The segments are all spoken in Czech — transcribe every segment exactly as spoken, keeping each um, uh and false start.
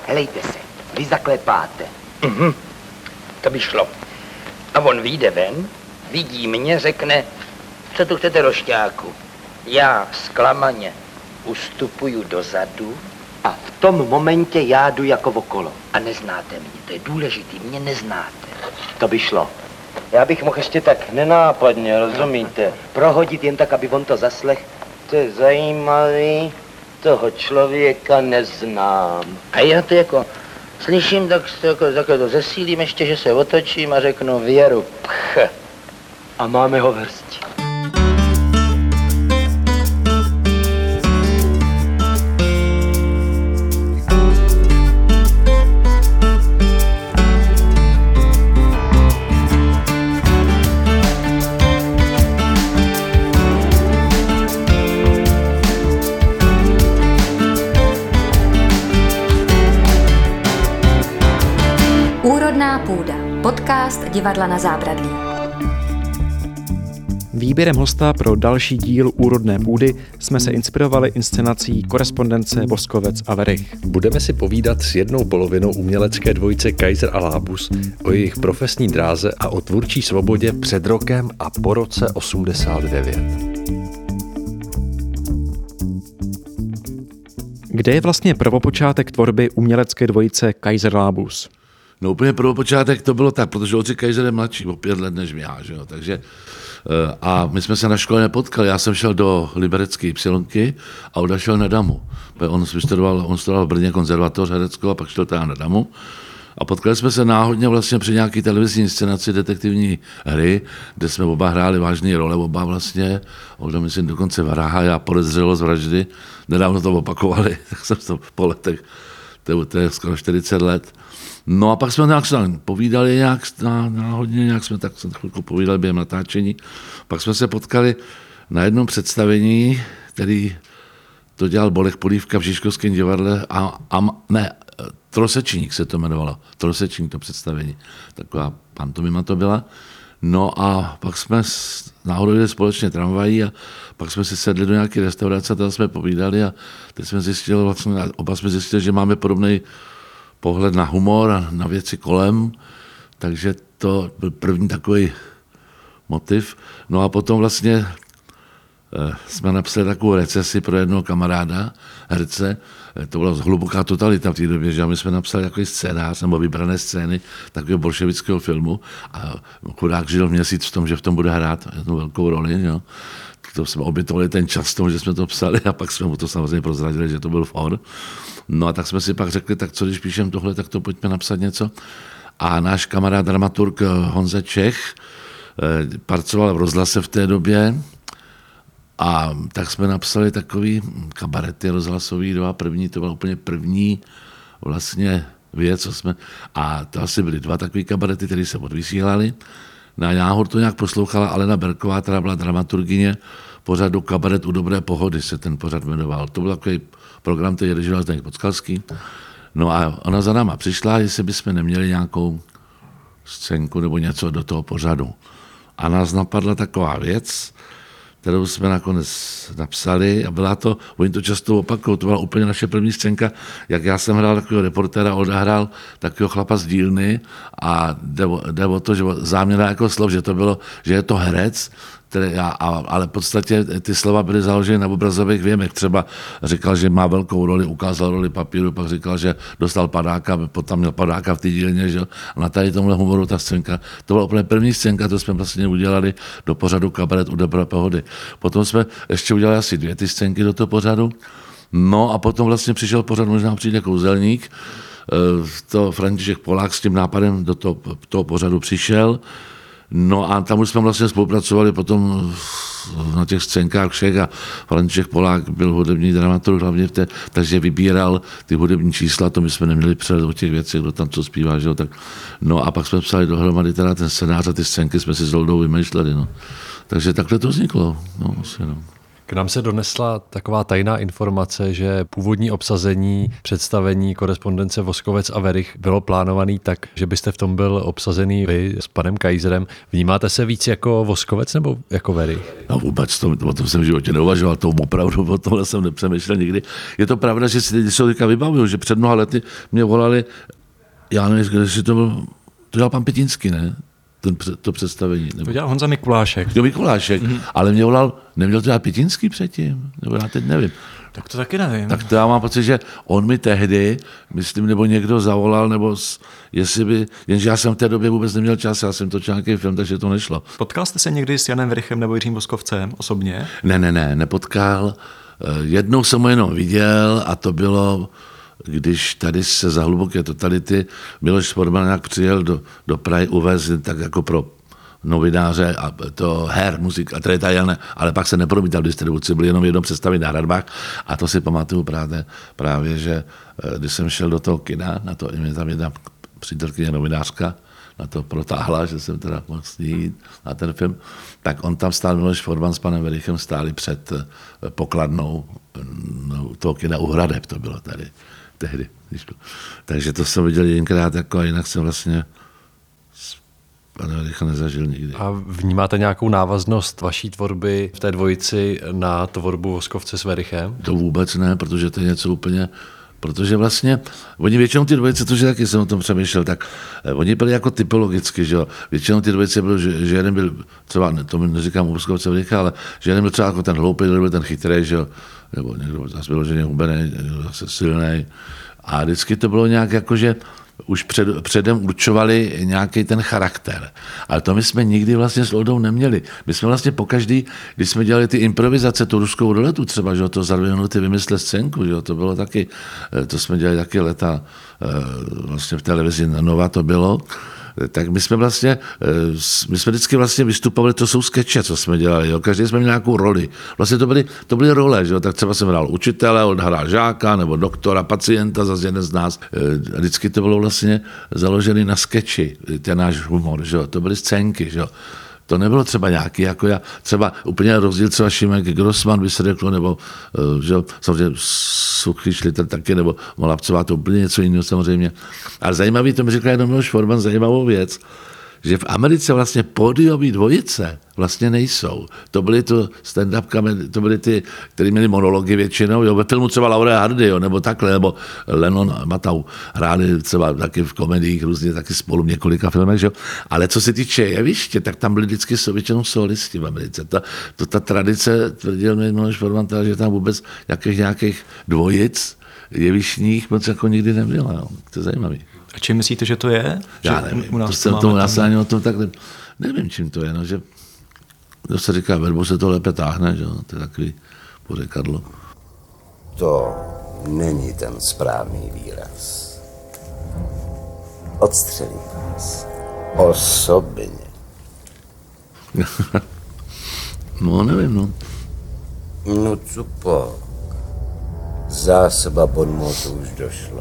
Helejte se, vy zaklepáte. Mhm. To by šlo. A on vyjde ven, vidí mě, řekne, co tu chcete, rošťáku? Já zklamaně ustupuju dozadu. A v tom momentě já jdu jako okolo. A neznáte mě, to je důležitý, mě neznáte. To by šlo. Já bych mohl ještě tak nenápadně, rozumíte, prohodit jen tak, aby on to zaslech. To je zajímavý, toho člověka neznám. A já to jako slyším, tak to, jako, tak to zesílím ještě, že se otočím a řeknu Věru, pch. A máme ho v hrsti. Úrodná půda. Podcast Divadla Na zábradlí. Výběrem hosta pro další díl Úrodné půdy jsme se inspirovali inscenací Korespondence Voskovec a Werich. Budeme si povídat s jednou polovinou umělecké dvojice Kaiser a Lábus o jejich profesní dráze a o tvůrčí svobodě před rokem a po roce osmdesát devět. Kde je vlastně prvopočátek tvorby umělecké dvojice Kaiser Lábus? No úplně prvopočátek to bylo tak, protože Oldřich Kaiser je mladší o pět let než já, že jo, takže a my jsme se na škole nepotkali, já jsem šel do liberecké Ypsilonky a Oda šel na Damu. On vystudoval, on studoval v Brně konzervatoř hereckou a pak šel tam na Damu. A potkali jsme se náhodně vlastně při nějaký televizní inscenaci detektivní hry, kde jsme oba hráli vážné role, oba vlastně, Olda myslím dokonce Varáha, já podezřelost vraždy, nedávno to opakovali, tak jsem to po letech, to, to je skoro čtyřicet let. No a pak jsme nějak povídali, nějak náhodně, nějak jsme tak chvilku povídali během natáčení. Pak jsme se potkali na jednom představení, který to dělal Bolek Polívka v Žižkovském divadle a, a ne, Trosečník se to jmenovalo, Trosečník to představení, taková pantomima to byla. No a pak jsme náhodou jeli společně tramvají a pak jsme si sedli do nějaké restaurace a tam jsme povídali a teď jsme zjistili, vlastně, oba jsme zjistili, že máme podobný pohled na humor a na věci kolem, takže to byl první takový motiv. No a potom vlastně eh, jsme napsali takovou recesi pro jednoho kamaráda, herce, eh, to byla hluboká totalita v té době, že my jsme napsali takový scénář nebo vybrané scény takového bolševického filmu a chudák žil měsíc v tom, že v tom bude hrát jednu velkou roli, jo. To jsme obětovali ten čas tomu, že jsme to psali a pak jsme mu to samozřejmě prozradili, že to byl for. No a tak jsme si pak řekli, tak co když píšeme tohle, tak to pojďme napsat něco. A náš kamarád dramaturg Honza Čech pracoval v rozhlase v té době a tak jsme napsali takový kabarety rozhlasový dva, první, to byla úplně první vlastně věc, co jsme, a to asi byly dva takový kabarety, které se odvysílaly. Na náhod to nějak poslouchala Alena Berková, která byla dramaturgyně pořadu Kabaret u dobré pohody, se ten pořad jmenoval. To byl takový program, který režíroval Zdeněk Podskalský. No a ona za náma přišla, jestli bychom neměli nějakou scénku nebo něco do toho pořadu. A nás napadla taková věc, kterou jsme nakonec napsali a byla to, oni to často opakují, to byla úplně naše první scénka, jak já jsem hrál takového reportéra, odehrál takového chlapa z dílny a jde o, jde o to, že záměna jako slov, že to bylo, že je to herec, který já, ale v podstatě ty slova byly založeny na obrazových věmech. Třeba říkal, že má velkou roli, ukázal roli papíru, pak říkal, že dostal padáka, potom měl padáka v té dílně, že? A na tady tomhle humoru ta scénka, to byla úplně první scénka, to jsme vlastně udělali do pořadu Kabaret u dobré pohody. Potom jsme ještě udělali asi dvě ty scénky do toho pořadu. No a potom vlastně přišel pořad, možná přijde kouzelník, to František Polák s tím nápadem do toho, toho pořadu přišel. No a tam už jsme vlastně spolupracovali potom na těch scénkách všech a František Polák byl hudební dramaturg hlavně v té, takže vybíral ty hudební čísla, to my jsme neměli přehled o těch věcech, kdo tam co zpívá, že jo, tak. No a pak jsme psali dohromady teda ten scénář a ty scénky jsme si s Oldou vymýšleli, no. Takže takhle to vzniklo, no, asi, no. K nám se donesla taková tajná informace, že původní obsazení představení Korespondence Voskovec a Werich bylo plánovaný tak, že byste v tom byl obsazený vy s panem Kaiserem. Vnímáte se víc jako Voskovec nebo jako Werich? No vůbec, to, o tom jsem v životě neuvažoval, to opravdu, o tohle jsem nepřemýšlel nikdy. Je to pravda, že si teď se teďka vybavuju, že před mnoha lety mě volali, já nevím, kde si to byl, to dělal pan Pitínský, ne? Ten, to představení. Nebo... To dělal Honza Mikulášek. Jo, Mikulášek, mm-hmm. Ale mě volal, neměl to dělat Pitínský předtím, nebo já teď nevím. Tak to taky nevím. Tak to já mám pocit, že on mi tehdy, myslím, nebo někdo zavolal, nebo s, jestli by, jenže já jsem v té době vůbec neměl čas, já jsem točil nějaký film, takže to nešlo. Potkal jste se někdy s Janem Werichem nebo Jiřím Voskovcem osobně? Ne, ne, ne, nepotkal. Jednou jsem ho jenom viděl a to bylo, když tady se za hluboké totality Miloš Forman nějak přijel do, do Prahy uvést tak jako pro novináře a to her, muzik a tady ne, ale pak se nepromítal distribuci, byl jenom jedno představení na hradbách a to si pamatuju právě, právě, že když jsem šel do toho kina, na to mě tam jedna přítelkyně novinářka, na to protáhla, že jsem teda mohl jít na ten film, tak on tam stál, Miloš Forman s panem Werichem stáli před pokladnou no, toho kina u Hradeb, to bylo tady tehdy. Takže to jsem viděl jenkrát, jako a jinak jsem vlastně pane Wericha nezažil nikdy. A vnímáte nějakou návaznost vaší tvorby v té dvojici na tvorbu Voskovce s Werichem? To vůbec ne, protože to je něco úplně, protože vlastně, oni většinou ty dvojice, to, že taky jsem o tom přemýšlel, tak eh, oni byli jako typologicky, že jo, většinou ty dvojice bylo, že, že jeden byl, třeba, ne, to neříkám u Voskovce Wericha, ale že jeden byl třeba jako ten hloupý, jeden byl ten chytrý, že jo, nebo někdo zase bylo, že někdo hubený, někdo zase silný. A vždycky to bylo nějak jako, že už před, předem určovali nějaký ten charakter. Ale to my jsme nikdy vlastně s Oldou neměli. My jsme vlastně pokaždý, když jsme dělali ty improvizace, tu ruskou ruletu třeba, že to za dvě minuty vymyslet scénku, že to bylo taky, to jsme dělali taky leta vlastně v televizi Nova to bylo, tak my jsme vlastně, my jsme vždycky vlastně vystupovali, to jsou skeče, co jsme dělali, jo? Každý jsme měli nějakou roli. Vlastně to byly, to byly role, že jo? Tak třeba jsem hrál učitele, on hrál žáka, nebo doktora, pacienta, zase jeden z nás. Vždycky to bylo vlastně založené na skeči, ten náš humor, že jo? To byly scénky, že jo? To nebylo třeba nějaký, jako já, třeba úplně rozdíl třeba Šimek Grossman by se řeklo, nebo že samozřejmě Suchý Šliter taky, nebo Molapcová, to úplně něco jiného samozřejmě. Ale zajímavý, to mi řekl jenom Miloš Forman, zajímavou věc, že v Americe vlastně pódiový dvojice vlastně nejsou. To byly to stand-up kamen, to byly ty, kteří měli monology většinou, jo, ve filmu třeba Laura Hardy, jo, nebo takhle, nebo Lennon a Matau hráli třeba taky v komediích různě taky spolu v několika filmech, že jo. Ale co se týče jeviště, tak tam byli vždycky většinou solisti v Americe. Ta, to, ta tradice, tvrdil mi Miloš Forman, že tam vůbec jakých nějakých dvojic jevištních moc jako nikdy nebyla, jo. To je zajímavý. A čím myslíte, že to je? Já že nevím, u nás to jsem tomu nasání o tom tak ne, nevím, čím to je, no, že to se říká, verbou se to lépe táhne, že to je takový pořekadlo. To není ten správný výraz. Odstřelím vás. Osobně. No, nevím, no. No co pak? Zásoba bonmotu už došla.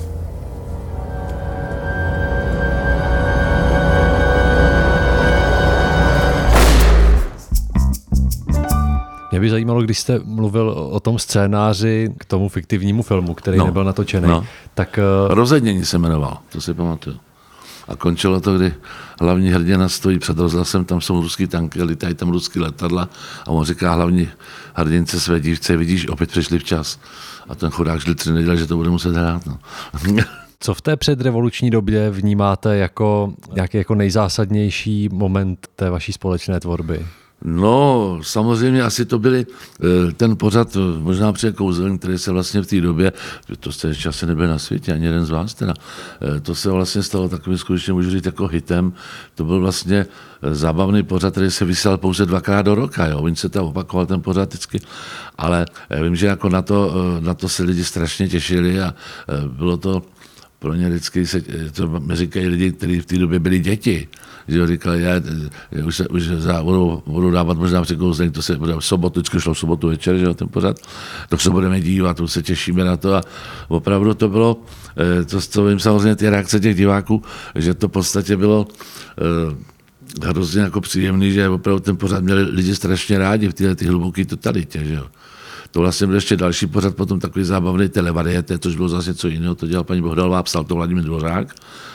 Mě by zajímalo, když jste mluvil o tom scénáři k tomu fiktivnímu filmu, který no, nebyl natočený, no. tak... Rozednění se jmenoval, to si pamatuju. A končilo to, kdy hlavní hrdina stojí před rozhlasem, tam jsou ruský tanky, litají tam ruský letadla a on říká hlavní hrdince své dívce, vidíš, opět přišli včas. A ten chudák žil tři neděle, že to bude muset hrát. No. Co v té předrevoluční době vnímáte jako nějaký jako nejzásadnější moment té vaší společné tvorby? No, samozřejmě asi to byly ten pořad, možná přijde Kouzelník, který se vlastně v té době, to jste ještě asi nebyl na světě, ani jeden z vás teda, to se vlastně stalo takovým skutečně, můžu říct, jako hitem. To byl vlastně zábavný pořad, který se vysílal pouze dvakrát do roka, jo. Oni se tam opakoval ten pořad vždycky, ale vím, že jako na to, na to se lidi strašně těšili a bylo to pro ně vždycky, se, to mi říkají lidi, kteří v té době byli děti, že říkali, já, já už, se, už za, budu, budu dávat možná překouzeň, to se bude v sobotu, vždycky šlo v sobotu večer, že ten pořad, to se budeme dívat, to se těšíme na to a opravdu to bylo, to, co vím samozřejmě ty reakce těch diváků, že to v podstatě bylo hrozně jako příjemný, že opravdu ten pořad měli lidi strašně rádi v téhle hluboké totalitě, že jo. To vlastně byl ještě další pořad, potom takový zábavný televariété, což bylo zase něco jiného, to dělal paní Bohdalová, psal to Vladimír Dvořák.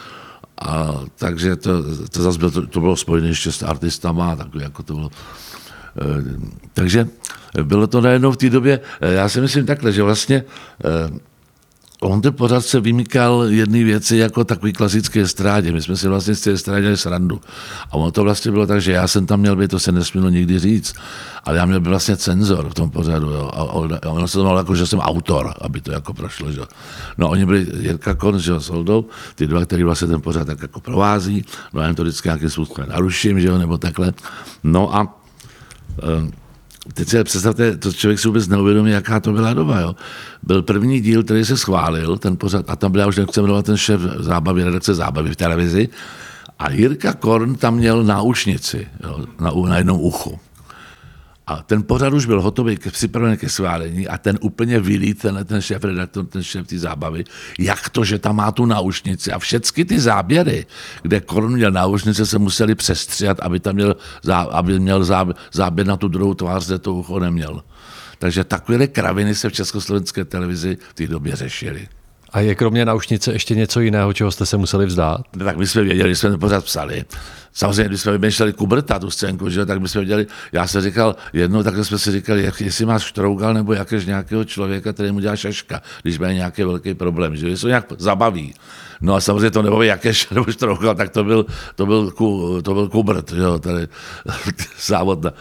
A takže to, to zase bylo, to, to bylo spojené ještě s artistama a takové, jako to bylo. E, takže bylo to najednou v té době, já si myslím takhle, že vlastně e, on ten pořad se vymykal jedné věci jako takový klasický estrádě. My jsme si vlastně z té estrádě dělali srandu. A ono to vlastně bylo tak, že já jsem tam měl být, to se nesmělo nikdy říct, ale já měl být vlastně cenzor v tom pořadu. Jo. A, a ono se to malo jako, že jsem autor, aby to jako prošlo. Že. No oni byli Jirka Korn, že jo, s Oldou, ty dva, který vlastně ten pořad tak jako provází. No já jim to vždycky nějakým způsobem naruším, že jo, nebo takhle. No a um, teď si představte, to člověk si vůbec neuvědomí, jaká to byla doba. Jo. Byl první díl, který se schválil, ten pořad, a tam byl, já už nechci jmenovat ten šéf zábavy, redakce zábavy v televizi, a Jirka Korn tam měl náušnici, jo, na, na jednom uchu. A ten pořad už byl hotový, připravený ke schválení a ten úplně vylít, ten, ten šéf redaktor, ten šéf té zábavy, jak to, že tam má tu náušnici. A všechny ty záběry, kde Korn měl náušnice, se museli přestříhat, aby tam měl, aby měl záběr na tu druhou tvář, kde to ucho neměl. Takže takové kraviny se v československé televizi v té době řešily. A je kromě náušnice ještě něco jiného, čeho jste se museli vzdát? No, tak my jsme věděli, že jsme to pořád psali. Samozřejmě, když jsme vymýšleli Kuberta, tu scénku, že, tak my jsme věděli, já jsem říkal, jednou takhle jsme si říkali, jak, jestli máš Štrougal nebo jakéž nějakého člověka, který mu dělá šaška, když má nějaký velký problém, že se nějak zabaví. No a samozřejmě to nebaví Jakeš nebo Štrougal, tak to byl, to byl, to byl Kubert, že jo, tady závod na,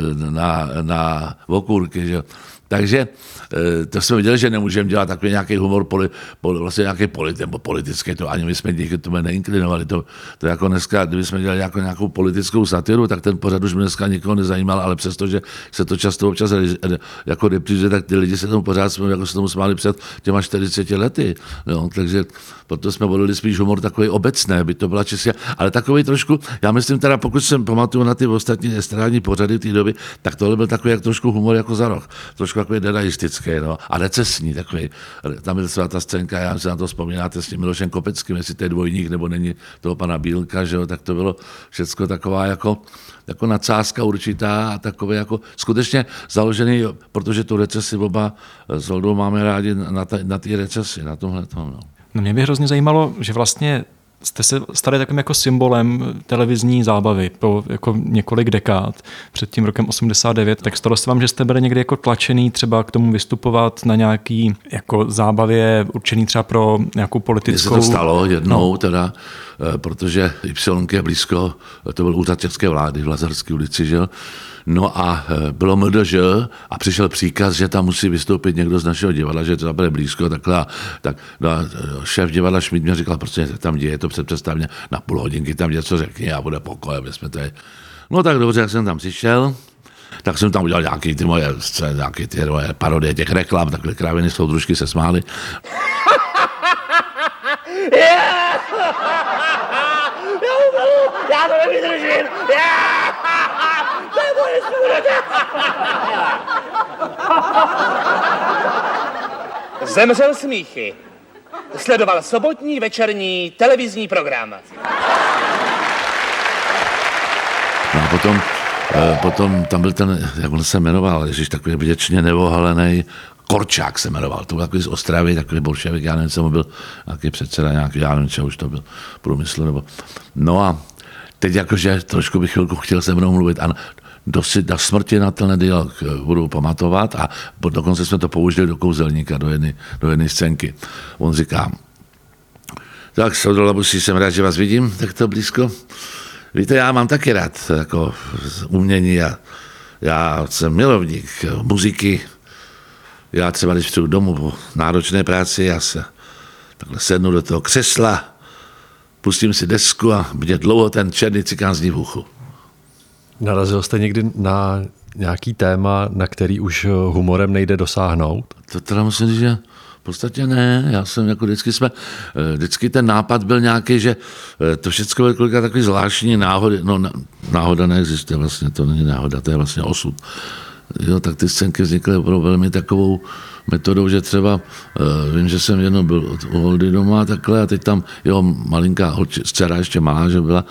na, na okůrky, že jo. Takže to jsme viděli, že nemůžeme dělat takový nějaký humor, poli, poli, vlastně nějaký polit, nebo politický, to ani my jsme díky tomu neinklinovali. To, to jako dneska, kdyby jsme dělali jako nějakou politickou satiru, tak ten pořad už dneska nikoho nezajímal, ale přesto, že se to často občas jako reprízuje, tak ty lidi se tomu pořád jako se tomu smáli před těma čtyřiceti lety. No, takže proto jsme volili spíš humor takový obecný, by to byla česká, ale takový trošku, já myslím teda, pokud jsem pamatuju na ty ostatní estrádní pořady té doby, tak tohle byl takový jak trošku humor jako za roh. Trošku takový dadaistický, no, a recesní takový. Tam byl celá ta scénka, já si na to vzpomínáte s tím Milošem Kopeckým, jestli to je dvojník nebo není toho pana Bílka, že jo, tak to bylo všecko taková jako, jako nadsázka určitá a takové jako skutečně založený, protože tu recesi oba s Oldou máme rádi na té na recesi, na tomhle tom, no. No mě by hrozně zajímalo, že vlastně jste se stali takovým jako symbolem televizní zábavy po jako několik dekád před tím rokem osmdesát devět, tak stalo se vám, že jste byli někdy jako tlačený třeba k tomu vystupovat na nějaký jako zábavě určený třeba pro nějakou politickou... Mně se to stalo jednou no. teda, protože Y je blízko, to byl úřad české vlády v Lazarské ulici, že jo. No a bylo M D Ž a přišel příkaz, že tam musí vystoupit někdo z našeho divadla, že to bude blízko, takhle. Tak no, šéf divadla Šmíd mě říkal, prostě tam děje to představně na půl hodinky, tam něco řekni a bude pokoj, aby jsme tady. No tak dobře, jak jsem tam přišel, tak jsem tam udělal nějaký ty moje scény, nějaký ty moje parodie těch reklam, takhle kraviny, soudružky se smály. Já to nevydržím! To je moje Zemřel smíchy. Sledoval sobotní večerní televizní program. No a potom, potom tam byl ten, jak on se jmenoval, ježiš, takový vděčně nevohalený Korčák se jmenoval, to byl takový z Ostravy, takový bolševik, já nevím, co mu byl, nějaký předseda, nějaký, já nevím, čeho už to byl, průmysl, nebo... No a teď jakože trošku bych chvilku chtěl se mnou mluvit a do, do smrti na tenhle dialog budu pamatovat a dokonce jsme to použili do kouzelníka, do jedné do jedné scénky. On říká, tak Soudrolabusí, jsem rád, že vás vidím takto blízko. Víte, já mám taky rád jako umění a já jsem milovník muziky. Já třeba, když přijdu domů po náročné práci, já se takhle sednu do toho křesla, pustím si desku a mě dlouho ten černý cikán zní v uchu. Narazil jste někdy na nějaký téma, na který už humorem nejde dosáhnout? To teda musím říct, že v podstatě ne. Já jsem jako vždycky jsme, vždycky ten nápad byl nějaký, že to všechno je kolikrát takový zvláštní náhody. No náhoda neexistuje vlastně, to není náhoda, to je vlastně osud. Jo, tak ty scénky vznikly opravdu velmi takovou metodou, že třeba, uh, vím, že jsem jednou byl u Holdy doma takhle a teď tam jeho malinká holči, dcera ještě malá, že byla,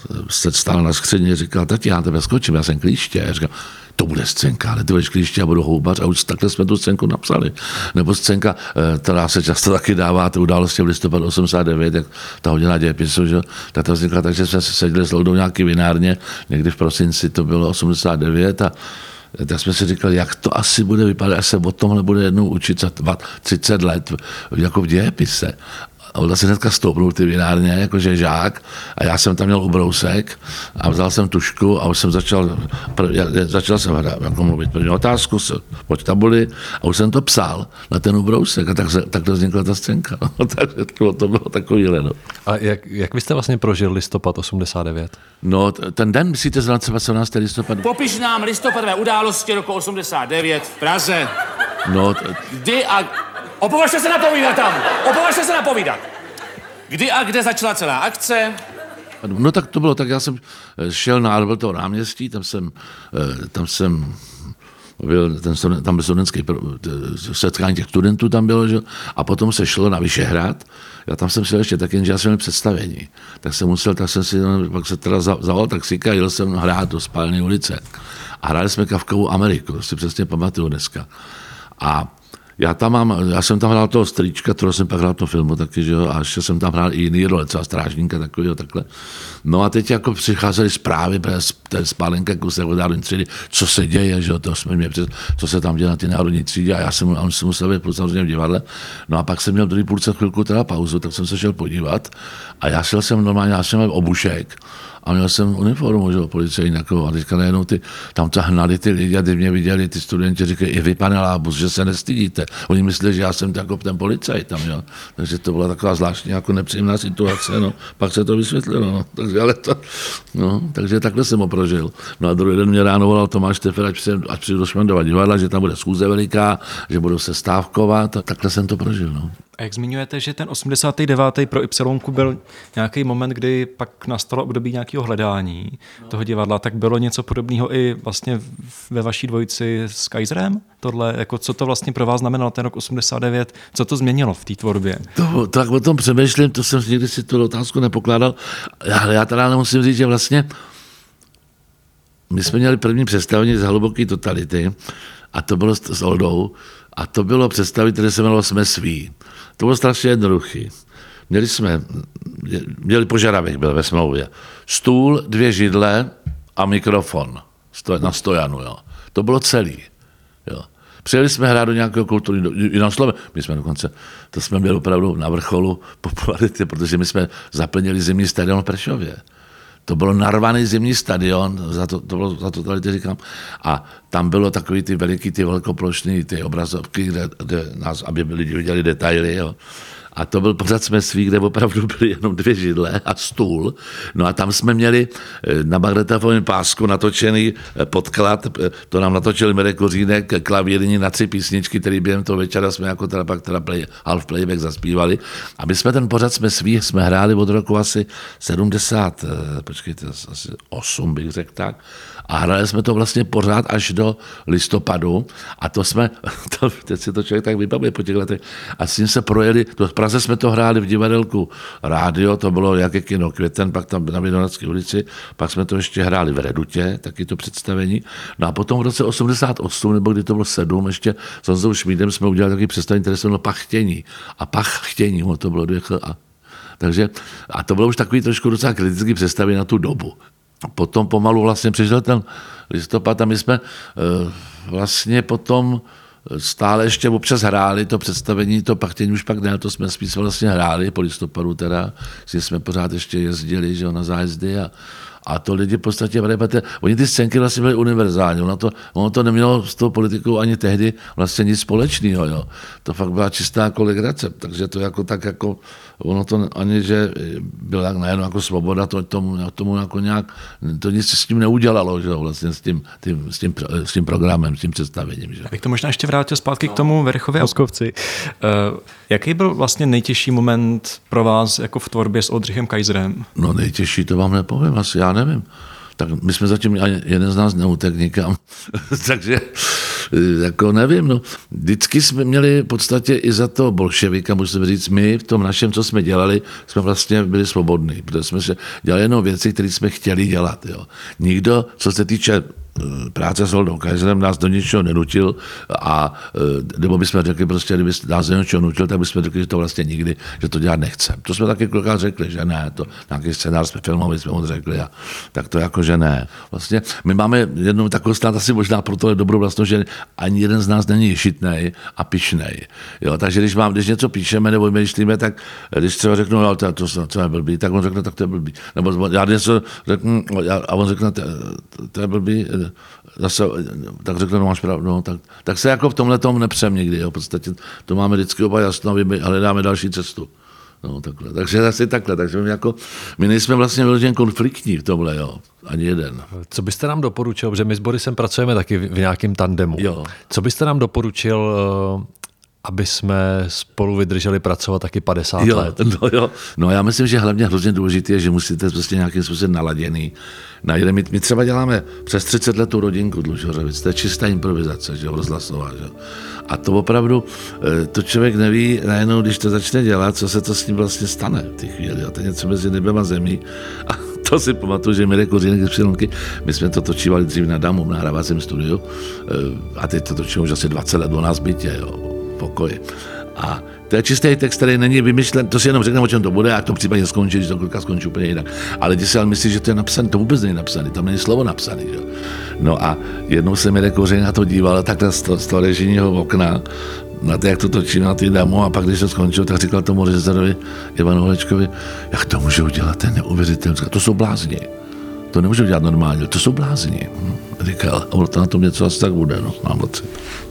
se stál na skříni, říkal, tati, já tebe skočím, já jsem klíště. Já říkal, to bude scénka, ale ty budeš klíště a budu houbař a už takhle jsme tu scénku napsali. Nebo scénka, která se často taky dává, ty události v listopadu osmdesát devět, jak ta hodina dějepisu, že? Tak to vznikla, takže jsme se seděli s Loudou nějaký vinárně, někdy v prosinci to bylo osmdesát devět a tak jsme si říkali, jak to asi bude vypadat, až se o tomhle bude jednou učit za třicet let, jako v dějepise. A on se hnedka stoupnul ty vinárně, jakože žák, a já jsem tam měl ubrousek a vzal jsem tušku a už jsem začal, začal jsem jako mluvit první otázku, pojď tabuli a už jsem to psal na ten ubrousek a tak, tak to vznikla ta scénka. No, takže to, to bylo takovýhle. No. A jak, jak vy jste vlastně prožil listopad osmdesát devět? No, ten den, myslíte, z sedmnáctého listopadu? Popiš nám listopadové události roku osmdesát devět v Praze. No, t- Kdy a... Opovažte se napovídat tam! Opovažte se napovídat! Kdy a kde začala celá akce? No tak to bylo, tak já jsem šel na Albertovo náměstí, tam jsem, tam jsem byl, ten, tam byl studentský setkání těch studentů tam bylo, že? A potom se šlo na Vyšehrad. Já tam jsem šel ještě tak, jenže já jsem měl představení. Tak jsem musel, tak jsem si, pak se teda zavolal taxíka a jel jsem hrát do Spálné ulice. A hráli jsme Kafkovou Ameriku, to si přesně pamatuju dneska. A Já tam mám, já jsem tam hrál toho strýčka, kterého jsem pak hrál to filmu taky, že jo, a ještě jsem tam hrál i jiný role, třeba strážníka takového takhle. No a teď jako přicházely zprávy, té Spálenka, kusek od národní třídy, co se děje, že jo, to jsme mě přes, co se tam děje na ty národní třídě a já jsem, on si musel být samozřejmě v divadle. No a pak jsem měl druhý půlce chvilku teda pauzu, tak jsem se šel podívat a já šel jsem normálně, já jsem měl obušek, a měl jsem uniformu, že jo, policejní takovou. A teďka najednou ty, tam to hnali ty lidi a kdy mě viděli, ty studenti říkají, i vy, pane Lábus, že se nestydíte. Oni mysleli, že já jsem jako ten policajt tam, jo. Takže to byla taková zvláštní jako nepříjemná situace, no. Pak se to vysvětlilo, no. Takže, ale to, no, takže takhle jsem ho prožil. No a druhý den mě ráno volal Tomáš Štefer, ať přijdu, ať přijdu do Šmandova divadla, že tam bude schůze veliká, že budou se stávkovat a takhle jsem to prožil, no. A jak zmiňujete, že ten osmdesátý devátý pro Ypsilonku byl nějaký moment, kdy pak nastalo období nějakého hledání no. toho divadla, tak bylo něco podobného i vlastně ve vaší dvojici s Kaiserem? Tohle, jako co to vlastně pro vás znamenalo ten rok osmdesát devět? Co to změnilo v té tvorbě? To, tak o tom přemýšlím, to jsem nikdy si tu otázku nepokládal, ale já teda nemusím říct, že vlastně my jsme měli první představení z Hluboké totality a to bylo s Oldou a to bylo představení, které se jmenovalo Jsme sví. To bylo strašně jednoduchý. Měli jsme, měli požadavek, byl ve smlouvě. Stůl, dvě židle a mikrofon na stojanu. Jo. To bylo celý. Jo. Přijeli jsme hrát do nějakého kulturního, i na Slově. My jsme dokonce, to jsme měli opravdu na vrcholu popularity, protože my jsme zaplnili zimní stadion v Prešově. To bylo narvaný zimní stadion, za to, to bylo, za to tady říkám. A tam bylo takový ty veliký, ty velkoplošný, ty obrazovky, kde, kde nás, aby lidi viděli detaily, jo. A to byl pořad Jsme sví, kde opravdu byly jenom dvě židle a stůl. No a tam jsme měli na magnetofovém pásku natočený podklad, to nám natočil Mirek Kořínek, klavírní na tři písničky, který během toho večera jsme jako teda pak teda play, half playback zaspívali. A my jsme ten pořad Jsme sví, jsme hráli od roku asi sedmdesát, počkejte, asi osm bych řekl tak. A hráli jsme to vlastně pořád až do listopadu a to jsme, to, teď si to člověk tak vybavuje po těch letech, a s tím se projeli, to v Praze jsme to hráli v divadelku Rádio, to bylo jaké kino Květen, pak tam na Vinohradské ulici, pak jsme to ještě hráli v Redutě, taky to představení. No a potom v roce osmdesát osm, nebo kdy to bylo sedm, ještě s Honzou Šmídem jsme udělali takový představení, které se jmenovalo Pach chtění. A Pach chtění, to bylo dvě a. Takže, a to bylo už takový trošku docela kritický představení na tu dobu. Potom pomalu vlastně přišel ten listopad a my jsme uh, vlastně potom stále ještě občas hráli to představení, to Pachtění už pak ne, to jsme spíš vlastně hráli po listopadu teda, že jsme pořád ještě jezdili, že jo, na zájezdy a, a to lidi v podstatě vrepete. Oni ty scénky vlastně byly univerzální, ono to, ono to nemělo s tou politikou ani tehdy vlastně nic společného, jo. To fakt byla čistá kolegrace, takže to jako tak jako, ono to ani, že byla najednou jako svoboda, to tomu, tomu jako nějak, to nic s tím neudělalo, že jo, vlastně s tím, tím, s tím, s tím programem, s tím představením, že. Abych to možná ještě vrátil zpátky no. k tomu Verichově a Moskovci. Uh, jaký byl vlastně nejtěžší moment pro vás jako v tvorbě s Oldřichem Kaiserem? No nejtěžší, to vám nepovím, asi já nevím. Tak my jsme zatím, ani jeden z nás neutek nikam. Takže jako nevím, no. Vždycky jsme měli v podstatě i za to bolševika, musím říct, my v tom našem, co jsme dělali, jsme vlastně byli svobodní, protože jsme se dělali jenom věci, které jsme chtěli dělat. Jo. Nikdo, co se týče práce s Oldou Kaiserem, nás do ničeho nenutil a nebo bychom řekli prostě, kdyby nás do něčeho nutil, tak bychom řekli, že to vlastně nikdy, že to dělat nechcem. To jsme taky kolikrát řekli, že ne, to nějaký scénář jsme filmovali, jsme mu řekli a tak to jako, že ne. Vlastně my máme jednou takovou stát asi možná pro to dobrou vlastnost, že ani jeden z nás není ješitnej a pyšnej. Jo, takže když mám, když něco píšeme nebo myšlíme, tak když třeba řeknu, no, to, to, to je blbý, tak on řekne, tak to je blbý. Nebo já něco řeknu a on řekne, to, to je blbý, zase, tak řekne, no máš pravdu, no, tak, tak se jako v tomhle tom nepřem nikdy, jo, v podstatě to máme vždycky oba jasno, my hledáme další cestu. No, takhle. Takže asi takhle, takže my, jako, my nejsme vlastně vyloženě konfliktní v tomhle, jo, ani jeden. Co byste nám doporučil, protože my s Borisem pracujeme taky v nějakém tandemu. Jo. Co byste nám doporučil, aby jsme spolu vydrželi pracovat taky padesát jo, let? No, jo. No já myslím, že hlavně hrozně důležité je, že musíte prostě nějakým způsobem naladěný. Na my, my třeba děláme přes třicet let tu rodinku Dlužhořovic, to je čistá improvizace, že jo, rozhlasová, že jo. A to opravdu, to člověk neví najednou, když to začne dělat, co se to s ním vlastně stane v té chvíli. Jo. To je něco mezi nebem a zemí. A to si pamatuju, že Mirek Kořínek z Přilonky, my jsme to točívali dřív na Damu, na hrávacím studiu a teď to točíme už asi dvacet let u nás v bytě, jo, v pokoji. A to je čistý text, který není vymyšlen, to si jenom řekneme, o čem to bude, a v tom případě skončí, když to kolika skončí úplně jinak. Ale když si ale myslí, že to je napsané, to vůbec není napsané, tam není slovo napsané. Jo. No a jednou se Mirek Kořínek na to díval, takhle z toho, z toho režijního okna, na to, jak to točí na ty Damu, a pak, když to skončil, tak říkal tomu režisérovi Ivanu Holečkovi, jak to můžou dělat, to je neuvěřitelné. To jsou blázni. To nemůžou dělat normálně, to jsou blázni. Hm. Říkal, a ono to na tom něco asi tak bude, no, mám pocit.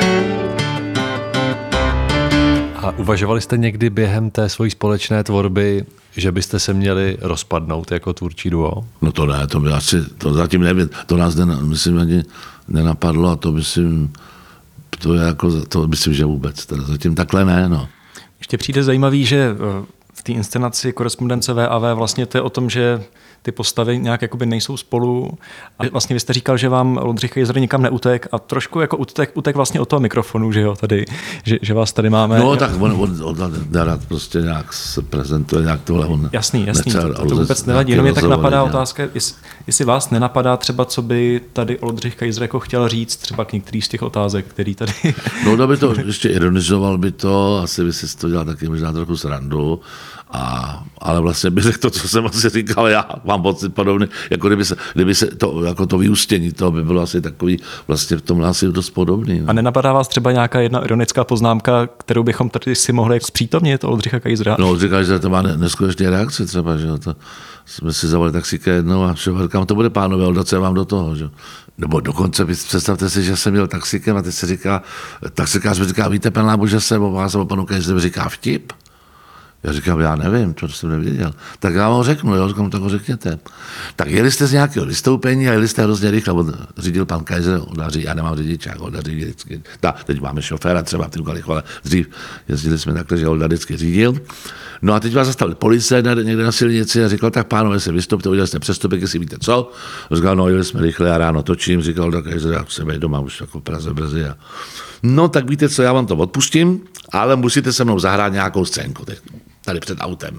A uvažovali jste někdy během té svojí společné tvorby, že byste se měli rozpadnout jako tvůrčí duo? No to ne, to by asi, to zatím nevím, to nás ne, myslím, ani nenapadlo a to myslím, to je jako, to myslím, že vůbec, teda zatím takhle ne, no. Ještě přijde zajímavý, že v té inscenaci Korespondence V A V vlastně to je o tom, že ty postavy nějak jakoby nejsou spolu. A vlastně vy jste říkal, že vám Oldřich Kejzr nikam neutek a trošku jako utek, utek vlastně od toho mikrofonu, že jo, tady, že, že vás tady máme. No tak on, on, on Darat prostě nějak se prezentuje, nějak tohle on... Jasný, jasný, to, to, to vůbec nevadí, jenom mě tak napadá nějak. Otázka, jestli, jestli vás nenapadá třeba, co by tady Oldřich Kejzr jako chtěl říct, třeba k některý z těch otázek, který tady... No to by to ještě ironizoval by to, asi by si to dělal taky možná trochu srandu, a, ale vlastně bych řekl to, co jsem asi říkal já, mám pocit podobný, jako kdyby se, kdyby se to, jako to vyústění, to by bylo asi takový, vlastně v tom asi dost podobný. No. A nenapadá vás třeba nějaká jedna ironická poznámka, kterou bychom tady si mohli zpřítomnit Oldřicha Kejzra? No, Oldřich Kejzr to má neskutečné reakce třeba, že jo, to jsme si zavolali taxíka jednou a všeho, říkám, to bude pánové, Olda, co já vám do toho, že jo. Nebo dokonce, představte si, že jsem měl taxíkem a teď se říká, taxikář mi říká, víte, pan Lábu, že se o vás o panu Kejzrovi říká vtip? Já říkám, já nevím, to jsem nevěděl. Tak já vám řeknu, jo, říkám, tak ho řekněte. Tak jeli jste z nějakého vystoupení a jeli jste hrozně rychle, řídil pan Kejzr, já nemám řidičák, Olda řídí vždycky. Ta, teď máme šoféra třeba v Trukalichu, ale dřív jezdili jsme takhle, že Olda vždycky řídil. No a teď vás zastavili policie někde na silnici a říkal, tak pánové, se vystupte, udělali jste přestupek, jestli víte co. Říkal, no jeli jsme rychle a ráno točím, říkal Olda Kejzr, já se doma už jako v Praze brzy. A... No tak víte co, já vám to odpustím, ale musíte se mnou zahrát nějakou scénku teď, tady před autem.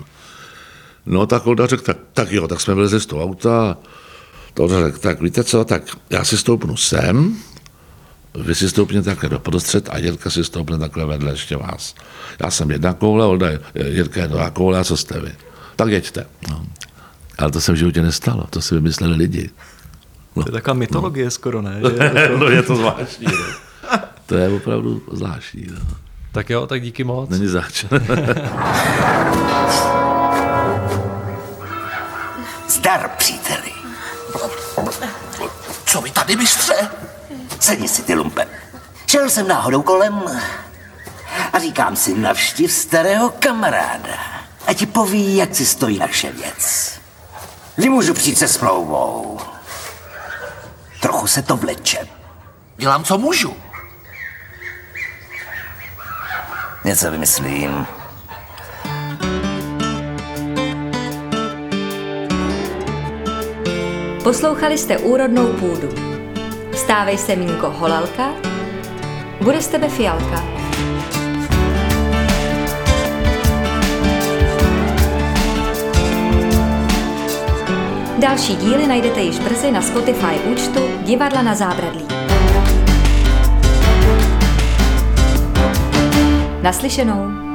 No tak Olda řekl, tak, tak jo, tak jsme byli z toho auta. To řekl, tak víte co, tak já si stoupnu sem, vy si stoupněte takhle doprostřed a Jirka si stoupne takhle vedle ještě vás. Já jsem jedna koule, Olda, Jirka je druhá koule a co jste vy? Tak jeďte. No. Ale to se v životě nestalo, to si vymysleli lidi. No. To je taková mytologie no. skoro, ne? No je to zvláštní. No. To je opravdu zvláštní. No. Tak jo, tak díky moc. Není zač. Zdar, příteli. Co vy tady, mistře? Sedni si, ty lumpe. Šel jsem náhodou kolem a říkám si, navštiv starého kamaráda. A ti poví, jak si stojí naše věc. Kdy můžu přijít se smlouvou? Trochu se to vleče. Dělám, co můžu. Něco vymyslím. Poslouchali jste Úrodnou půdu. Stávej se Mínko Holalka, Bude z tebe fialka. Další díly najdete již brzy na Spotify účtu Divadla na zábradlí. Naslyšenou.